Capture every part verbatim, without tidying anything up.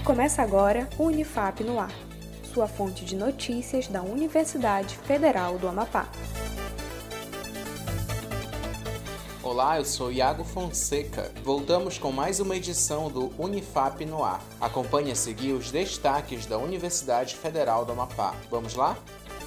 Começa agora o Unifap no Ar, sua fonte de notícias da Universidade Federal do Amapá. Olá, eu sou Iago Fonseca. Voltamos com mais uma edição do Unifap no Ar. Acompanhe a seguir os destaques da Universidade Federal do Amapá. Vamos lá?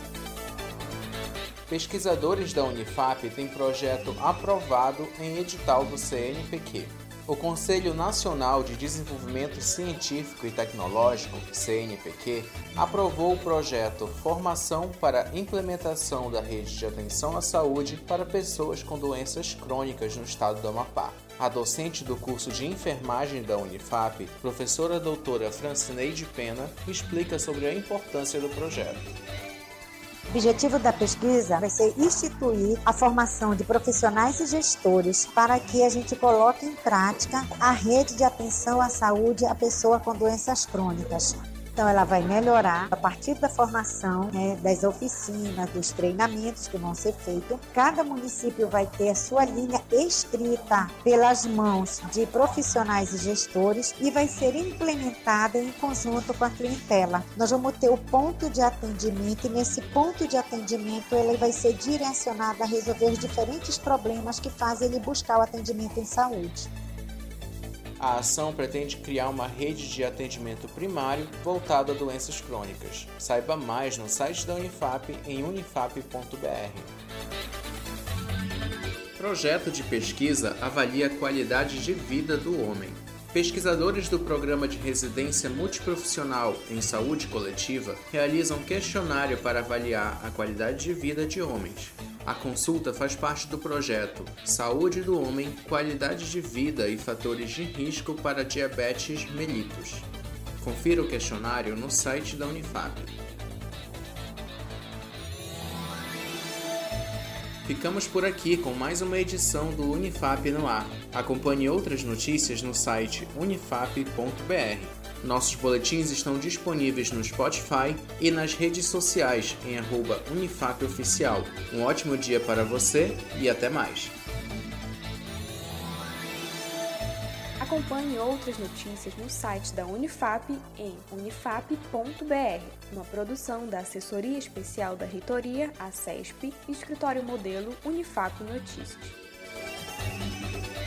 Pesquisadores da Unifap têm projeto aprovado em edital do C N P Q. O Conselho Nacional de Desenvolvimento Científico e Tecnológico, C N P Q, aprovou o projeto Formação para Implementação da Rede de Atenção à Saúde para Pessoas com Doenças Crônicas no Estado do Amapá. A docente do curso de enfermagem da Unifap, professora doutora Francineide Pena, explica sobre a importância do projeto. O objetivo da pesquisa vai ser instituir a formação de profissionais e gestores para que a gente coloque em prática a rede de atenção à saúde à pessoa com doenças crônicas. Então, ela vai melhorar a partir da formação, né, das oficinas, dos treinamentos que vão ser feitos. Cada município vai ter a sua linha escrita pelas mãos de profissionais e gestores e vai ser implementada em conjunto com a clientela. Nós vamos ter o ponto de atendimento e nesse ponto de atendimento ele vai ser direcionado a resolver os diferentes problemas que fazem ele buscar o atendimento em saúde. A ação pretende criar uma rede de atendimento primário voltada a doenças crônicas. Saiba mais no site da Unifap em unifap ponto b r. Projeto de pesquisa avalia a qualidade de vida do homem. Pesquisadores do Programa de Residência Multiprofissional em Saúde Coletiva realizam questionário para avaliar a qualidade de vida de homens. A consulta faz parte do projeto Saúde do Homem, Qualidade de Vida e Fatores de Risco para Diabetes mellitus. Confira o questionário no site da Unifap. Ficamos por aqui com mais uma edição do Unifap no Ar. Acompanhe outras notícias no site unifap ponto b r. Nossos boletins estão disponíveis no Spotify e nas redes sociais em arroba Unifap Oficial. Um ótimo dia para você e até mais! Acompanhe outras notícias no site da Unifap em unifap ponto b r, uma produção da Assessoria Especial da Reitoria, a CESP, e Escritório Modelo Unifap Notícias.